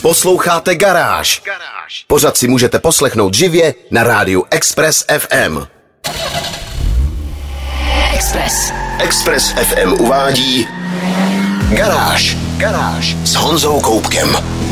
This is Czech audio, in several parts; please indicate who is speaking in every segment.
Speaker 1: Posloucháte Garáž. Pořad si můžete poslechnout živě na rádiu Express FM. Express FM uvádí Garáž s Honzou Koubkem.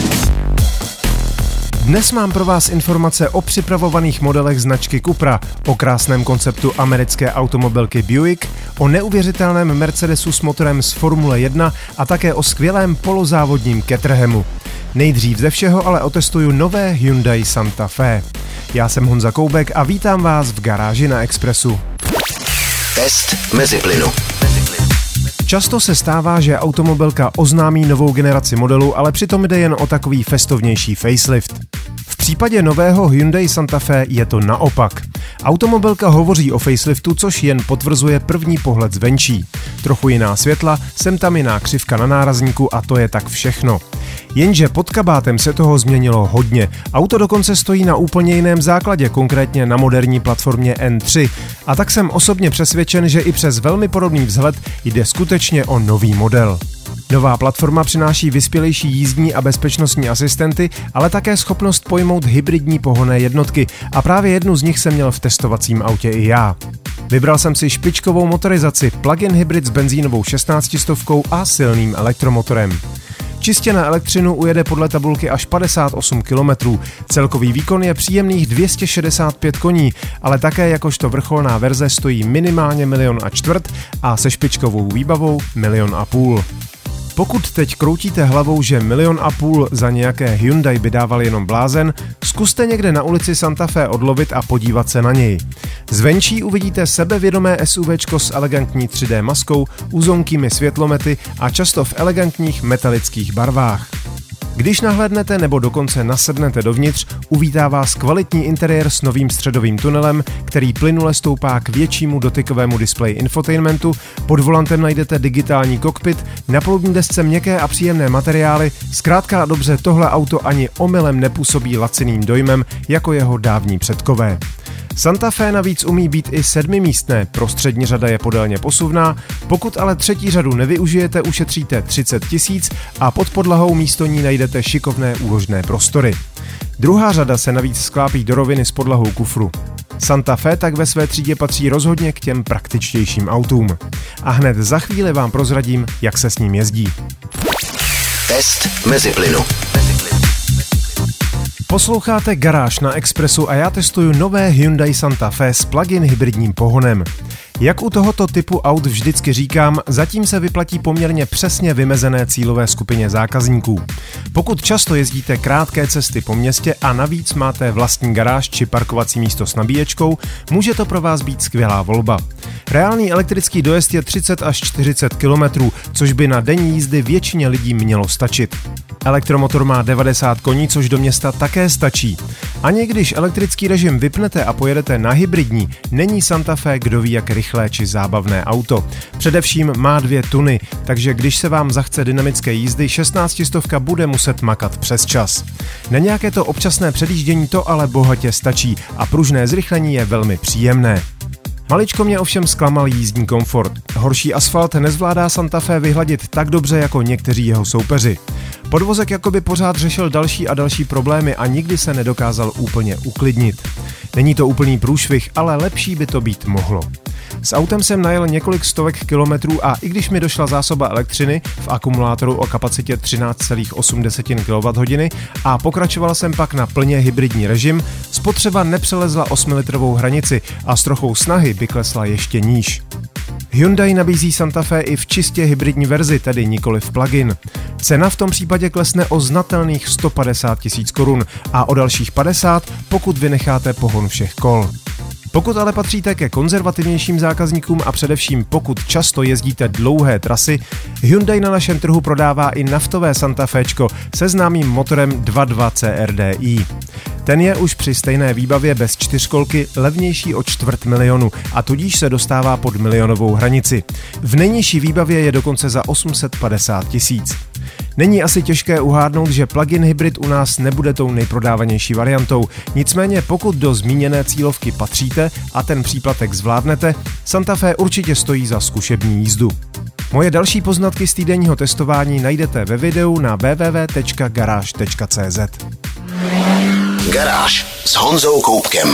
Speaker 2: Dnes mám pro vás informace o připravovaných modelech značky Cupra, o krásném konceptu americké automobilky Buick, o neuvěřitelném Mercedesu s motorem z Formule 1 a také o skvělém polozávodním Caterhamu. Nejdřív ze všeho ale otestuju nové Hyundai Santa Fe. Já jsem Honza Koubek a vítám vás v Garáži na Expressu.
Speaker 1: Test meziplynu.
Speaker 2: Často se stává, že automobilka oznámí novou generaci modelu, ale přitom jde jen o takový festovnější facelift. V případě nového Hyundai Santa Fe je to naopak. Automobilka hovoří o faceliftu, což jen potvrzuje první pohled zvenčí. Trochu jiná světla, sem tam jiná křivka na nárazníku a to je tak všechno. Jenže pod kabátem se toho změnilo hodně. Auto dokonce stojí na úplně jiném základě, konkrétně na moderní platformě N3. A tak jsem osobně přesvědčen, že i přes velmi podobný vzhled jde skutečně o nový model. Nová platforma přináší vyspělejší jízdní a bezpečnostní asistenty, ale také schopnost pojmout hybridní pohonné jednotky a právě jednu z nich jsem měl v testovacím autě i já. Vybral jsem si špičkovou motorizaci, plug-in hybrid s benzínovou 1600 a silným elektromotorem. Čistě na elektřinu ujede podle tabulky až 58 km. Celkový výkon je příjemných 265 koní, ale také jakožto vrcholná verze stojí minimálně 1 200 000 a se špičkovou výbavou 1 500 000. Pokud teď kroutíte hlavou, že 1 500 000 za nějaké Hyundai by dával jenom blázen, zkuste někde na ulici Santa Fe odlovit a podívat se na něj. Zvenčí uvidíte sebevědomé SUVčko s elegantní 3D maskou, úzonkými světlomety a často v elegantních metalických barvách. Když nahlédnete nebo dokonce nasednete dovnitř, uvítá vás kvalitní interiér s novým středovým tunelem, který plynule stoupá k většímu dotykovému displeji infotainmentu, pod volantem najdete digitální kokpit, na palubní desce měkké a příjemné materiály, zkrátka a dobře tohle auto ani omylem nepůsobí laciným dojmem jako jeho dávní předkové. Santa Fe navíc umí být i 7místné, prostřední řada je podélně posuvná, pokud ale třetí řadu nevyužijete, ušetříte 30 000 a pod podlahou místo ní najdete šikovné úložné prostory. Druhá řada se navíc sklápí do roviny s podlahou kufru. Santa Fe tak ve své třídě patří rozhodně k těm praktičtějším autům. A hned za chvíli vám prozradím, jak se s ním jezdí.
Speaker 1: Test meziplynu.
Speaker 2: Posloucháte Garáž na Expressu a já testuju nové Hyundai Santa Fe s plug-in hybridním pohonem. Jak u tohoto typu aut vždycky říkám, zatím se vyplatí poměrně přesně vymezené cílové skupině zákazníků. Pokud často jezdíte krátké cesty po městě a navíc máte vlastní garáž či parkovací místo s nabíječkou, může to pro vás být skvělá volba. Reálný elektrický dojezd je 30 až 40 km, což by na denní jízdy většině lidí mělo stačit. Elektromotor má 90 koní, což do města také stačí. Ani když elektrický režim vypnete a pojedete na hybridní, není Santa Fe kdo ví jak rychlé či zábavné auto. Především má 2 tuny, takže když se vám zachce dynamické jízdy, 1600 bude muset makat přes čas. Na nějaké to občasné předjíždění to ale bohatě stačí a pružné zrychlení je velmi příjemné. Maličko mě ovšem zklamal jízdní komfort. Horší asfalt nezvládá Santa Fe vyhladit tak dobře jako někteří jeho soupeři. Podvozek jakoby pořád řešil další a další problémy a nikdy se nedokázal úplně uklidnit. Není to úplný průšvih, ale lepší by to být mohlo. S autem jsem najel několik stovek kilometrů a i když mi došla zásoba elektřiny v akumulátoru o kapacitě 13,8 kWh a pokračoval jsem pak na plně hybridní režim, spotřeba nepřelezla 8litrovou hranici a s trochou snahy by klesla ještě níž. Hyundai nabízí Santa Fe i v čistě hybridní verzi, tedy nikoli v plug-in. Cena v tom případě klesne o znatelných 150 000 korun a o dalších 50, pokud vynecháte pohon všech kol. Pokud ale patříte ke konzervativnějším zákazníkům a především pokud často jezdíte dlouhé trasy, Hyundai na našem trhu prodává i naftové Santa Fečko se známým motorem 2.2 CRDI. Ten je už při stejné výbavě bez čtyřkolky levnější o 250 000 a tudíž se dostává pod milionovou hranici. V nejnižší výbavě je dokonce za 850 000. Není asi těžké uhádnout, že plug-in hybrid u nás nebude tou nejprodávanější variantou, nicméně pokud do zmíněné cílovky patříte a ten příplatek zvládnete, Santa Fe určitě stojí za zkušební jízdu. Moje další poznatky z týdenního testování najdete ve videu na www.garage.cz.
Speaker 1: Garáž s Honzou Koupkem.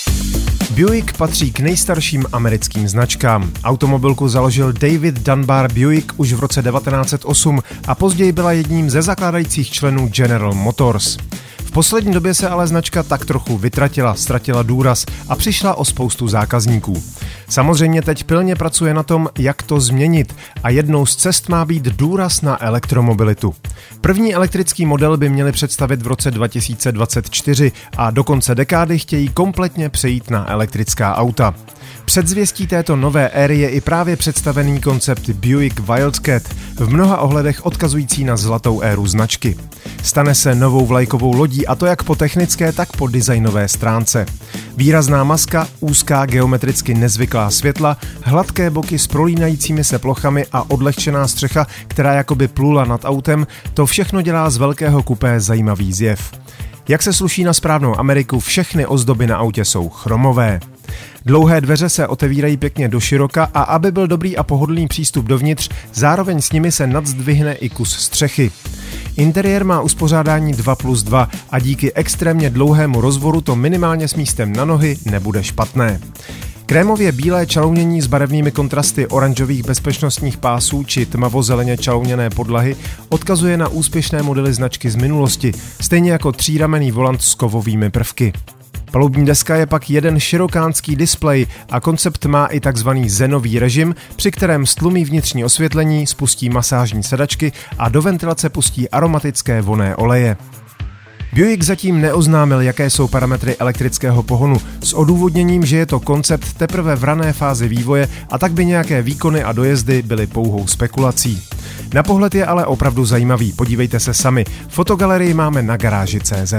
Speaker 2: Buick patří k nejstarším americkým značkám. Automobilku založil David Dunbar Buick už v roce 1908 a později byla jedním ze zakládajících členů General Motors. V poslední době se ale značka tak trochu vytratila, ztratila důraz a přišla o spoustu zákazníků. Samozřejmě teď pilně pracuje na tom, jak to změnit a jednou z cest má být důraz na elektromobilitu. První elektrický model by měli představit v roce 2024 a do konce dekády chtějí kompletně přejít na elektrická auta. Předzvěstí této nové éry je i právě představený koncept Buick Wildcat, v mnoha ohledech odkazující na zlatou éru značky. Stane se novou vlajkovou lodí, a to jak po technické, tak po designové stránce. Výrazná maska, úzká geometricky nezvyklá světla, hladké boky s prolínajícími se plochami a odlehčená střecha, která jakoby plula nad autem, to všechno dělá z velkého kupé zajímavý zjev. Jak se sluší na správnou Ameriku, všechny ozdoby na autě jsou chromové. Dlouhé dveře se otevírají pěkně do široka a aby byl dobrý a pohodlný přístup dovnitř, zároveň s nimi se nadzdvihne i kus střechy. Interiér má uspořádání 2+2 a díky extrémně dlouhému rozvoru to minimálně s místem na nohy nebude špatné. Krémově bílé čalounění s barevnými kontrasty oranžových bezpečnostních pásů či tmavozeleně čalouněné podlahy odkazuje na úspěšné modely značky z minulosti, stejně jako tříramenný volant s kovovými prvky. Palubní deska je pak jeden širokánský displej a koncept má i takzvaný zenový režim, při kterém stlumí vnitřní osvětlení, spustí masážní sedačky a do ventilace pustí aromatické vonné oleje. Buick zatím neoznámil, jaké jsou parametry elektrického pohonu, s odůvodněním, že je to koncept teprve v rané fázi vývoje a tak by nějaké výkony a dojezdy byly pouhou spekulací. Na pohled je ale opravdu zajímavý, podívejte se sami. Fotogalerii máme na garáži.cz.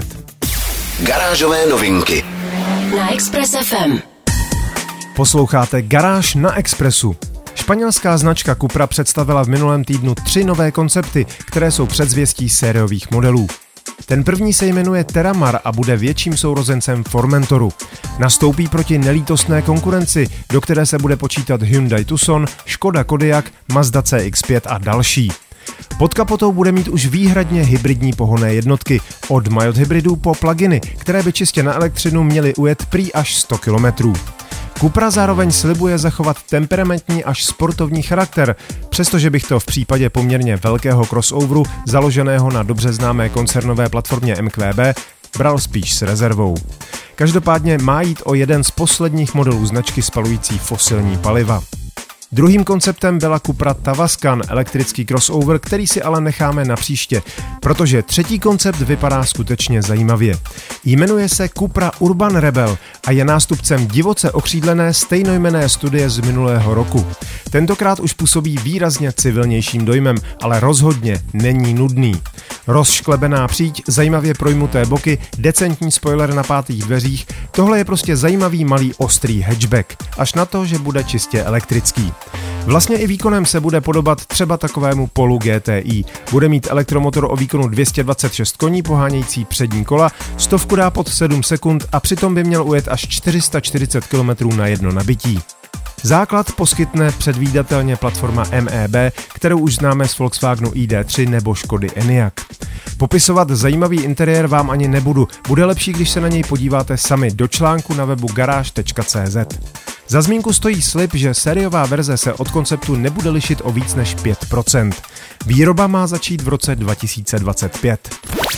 Speaker 1: Garážové novinky
Speaker 3: na Express FM.
Speaker 2: Posloucháte Garáž na Expressu. Španělská značka Cupra představila v minulém týdnu 3 nové koncepty, které jsou předzvěstí sériových modelů. Ten první se jmenuje Terramar a bude větším sourozencem Formentoru. Nastoupí proti nelítostné konkurenci, do které se bude počítat Hyundai Tucson, Škoda Kodiaq, Mazda CX-5 a další. Pod kapotou bude mít už výhradně hybridní pohonné jednotky, od mild hybridů po pluginy, které by čistě na elektřinu měly ujet prý až 100 km. Cupra zároveň slibuje zachovat temperamentní až sportovní charakter, přestože bych to v případě poměrně velkého crossoveru, založeného na dobře známé koncernové platformě MQB, bral spíš s rezervou. Každopádně má jít o jeden z posledních modelů značky spalující fosilní paliva. Druhým konceptem byla Cupra Tavascan, elektrický crossover, který si ale necháme na příště, protože třetí koncept vypadá skutečně zajímavě. Jmenuje se Cupra Urban Rebel a je nástupcem divoce okřídlené stejnojmenné studie z minulého roku. Tentokrát už působí výrazně civilnějším dojmem, ale rozhodně není nudný. Rozšklebená příď, zajímavě projmuté boky, decentní spoiler na pátých dveřích, tohle je prostě zajímavý malý ostrý hatchback, až na to, že bude čistě elektrický. Vlastně i výkonem se bude podobat třeba takovému Polu GTI. Bude mít elektromotor o výkonu 226 koní pohánějící přední kola, 100 dá pod 7 sekund a přitom by měl ujet až 440 km na jedno nabití. Základ poskytne předvídatelně platforma MEB, kterou už známe z Volkswagenu ID3 nebo Škody Enyaq. Popisovat zajímavý interiér vám ani nebudu, bude lepší, když se na něj podíváte sami do článku na webu garage.cz. Za zmínku stojí slib, že sériová verze se od konceptu nebude lišit o víc než 5%. Výroba má začít v roce 2025.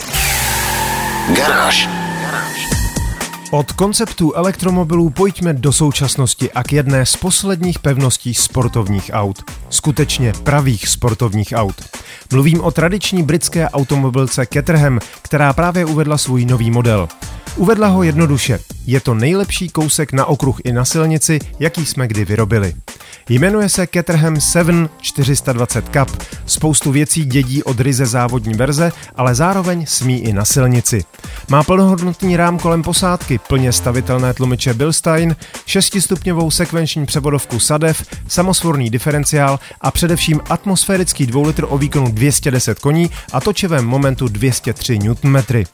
Speaker 1: Garáž.
Speaker 2: Od konceptu elektromobilů pojďme do současnosti a k jedné z posledních pevností sportovních aut. Skutečně pravých sportovních aut. Mluvím o tradiční britské automobilce Caterham, která právě uvedla svůj nový model. Uvedla ho jednoduše. Je to nejlepší kousek na okruh i na silnici, jaký jsme kdy vyrobili. Jmenuje se Caterham 7 420 Cup. Spoustu věcí dědí od ryze závodní verze, ale zároveň smí i na silnici. Má plnohodnotný rám kolem posádky, plně stavitelné tlumiče Bilstein, 6stupňovou sekvenční převodovku Sadev, samosvorný diferenciál a především atmosférický 2 litr o výkonu 210 koní a točivém momentu 203 Nm.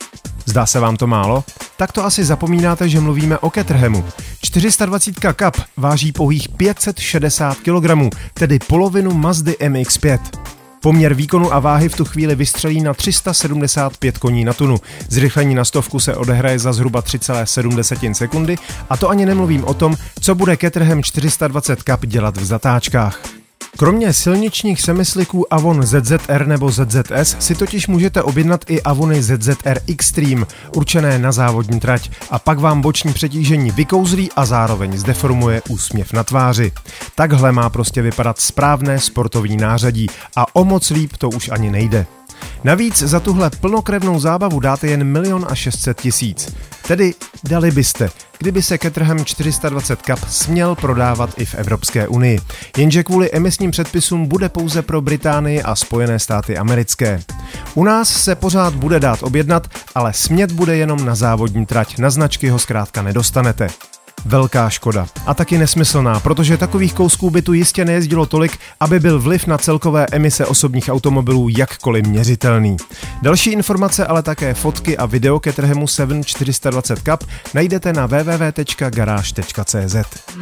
Speaker 2: Zdá se vám to málo? Tak to asi zapomínáte, že mluvíme o Caterhamu. 420 Cup váží pouhých 560 kg, tedy polovinu Mazdy MX-5. Poměr výkonu a váhy v tu chvíli vystřelí na 375 koní na tunu. Zrychlení na 100 se odehraje za zhruba 3,7 sekundy a to ani nemluvím o tom, co bude Caterham 420 Cup dělat v zatáčkách. Kromě silničních semysliků Avon ZZR nebo ZZS si totiž můžete objednat i Avony ZZR Extreme, určené na závodní trať, a pak vám boční přetížení vykouzlí a zároveň zdeformuje úsměv na tváři. Takhle má prostě vypadat správné sportovní nářadí a o moc líp to už ani nejde. Navíc za tuhle plnokrevnou zábavu dáte jen 1 600 000. Tedy dali byste, kdyby se Caterham 420 Cup směl prodávat i v Evropské unii. Jenže kvůli emisním předpisům bude pouze pro Británii a Spojené státy americké. U nás se pořád bude dát objednat, ale smět bude jenom na závodní trať, na značky ho zkrátka nedostanete. Velká škoda. A taky nesmyslná, protože takových kousků by tu jistě nejezdilo tolik, aby byl vliv na celkové emise osobních automobilů jakkoliv měřitelný. Další informace, ale také fotky a video Caterhamu 7 420 Cup najdete na www.garage.cz.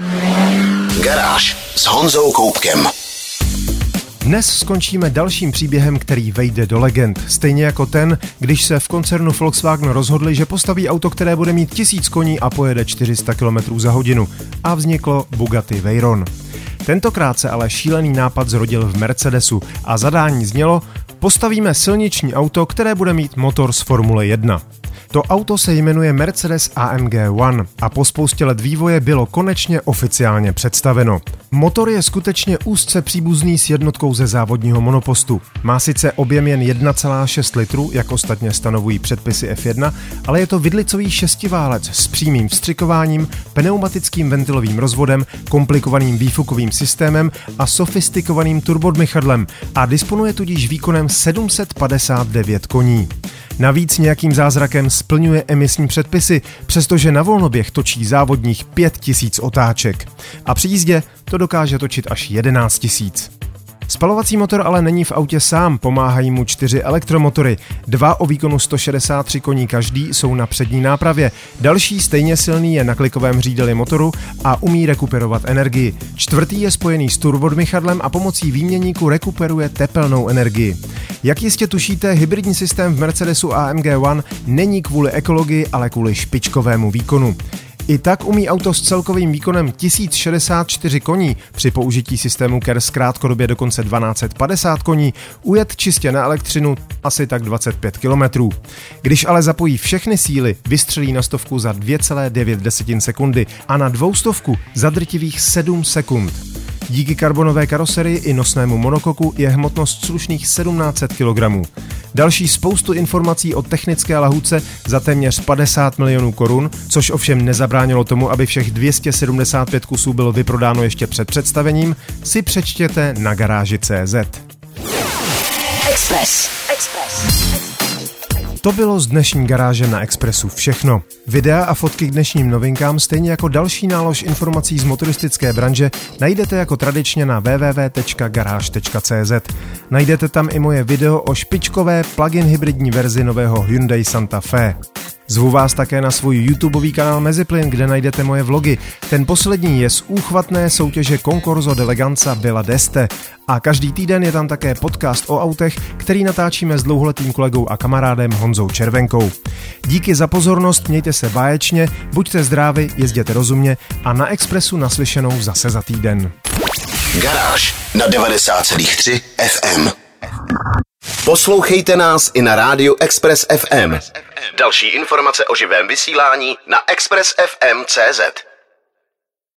Speaker 1: Garáž s Honzou Koubkem.
Speaker 2: Dnes skončíme dalším příběhem, který vejde do legend. Stejně jako ten, když se v koncernu Volkswagen rozhodli, že postaví auto, které bude mít 1000 koní a pojede 400 km za hodinu. A vzniklo Bugatti Veyron. Tentokrát se ale šílený nápad zrodil v Mercedesu a zadání znělo: postavíme silniční auto, které bude mít motor z Formule 1. To auto se jmenuje Mercedes AMG One a po spoustě let vývoje bylo konečně oficiálně představeno. Motor je skutečně úzce příbuzný s jednotkou ze závodního monopostu. Má sice objem jen 1,6 litru, jak ostatně stanovují předpisy F1, ale je to vidlicový šestiválec s přímým vstřikováním, pneumatickým ventilovým rozvodem, komplikovaným výfukovým systémem a sofistikovaným turbodmychadlem a disponuje tudíž výkonem 759 koní. Navíc nějakým zázrakem splňuje emisní předpisy, přestože na volnoběh točí závodních 5000 otáček. A při jízdě to dokáže točit až 11 000. Spalovací motor ale není v autě sám, pomáhají mu 4 elektromotory. 2 o výkonu 163 koní každý jsou na přední nápravě, další stejně silný je na klikovém řídeli motoru a umí rekuperovat energii. 4. je spojený s turbodmychadlem a pomocí výměníku rekuperuje tepelnou energii. Jak jistě tušíte, hybridní systém v Mercedesu AMG One není kvůli ekologii, ale kvůli špičkovému výkonu. I tak umí auto s celkovým výkonem 1064 koní při použití systému KERS krátkodobě dokonce 1250 koní ujet čistě na elektřinu asi tak 25 km. Když ale zapojí všechny síly, vystřelí na 100 za 2,9 sekundy a na 200 za drtivých 7 sekund. Díky karbonové karoserii i nosnému monokoku je hmotnost slušných 1700 kg. Další spoustu informací o technické lahůdce za téměř 50 milionů korun, což ovšem nezabránilo tomu, aby všech 275 kusů bylo vyprodáno ještě před představením, si přečtěte na garáži.cz.
Speaker 3: Express.
Speaker 2: To bylo z dnešní garáže na Expressu všechno. Videa a fotky k dnešním novinkám, stejně jako další nálož informací z motoristické branže, najdete jako tradičně na www.garage.cz. Najdete tam i moje video o špičkové plug-in hybridní verzi nového Hyundai Santa Fe. Zvu vás také na svůj YouTubeový kanál Meziplyn, kde najdete moje vlogy. Ten poslední je z úchvatné soutěže Concorso d'Eleganza Bella d'Este. A každý týden je tam také podcast o autech, který natáčíme s dlouholetým kolegou a kamarádem Honzou Červenkou. Díky za pozornost, mějte se báječně, buďte zdraví, jezděte rozumně a na Expressu naslyšenou zase za týden.
Speaker 1: Garáž na 90,3 FM. Poslouchejte nás i na rádiu Express FM. Další informace o živém vysílání na expressfm.cz.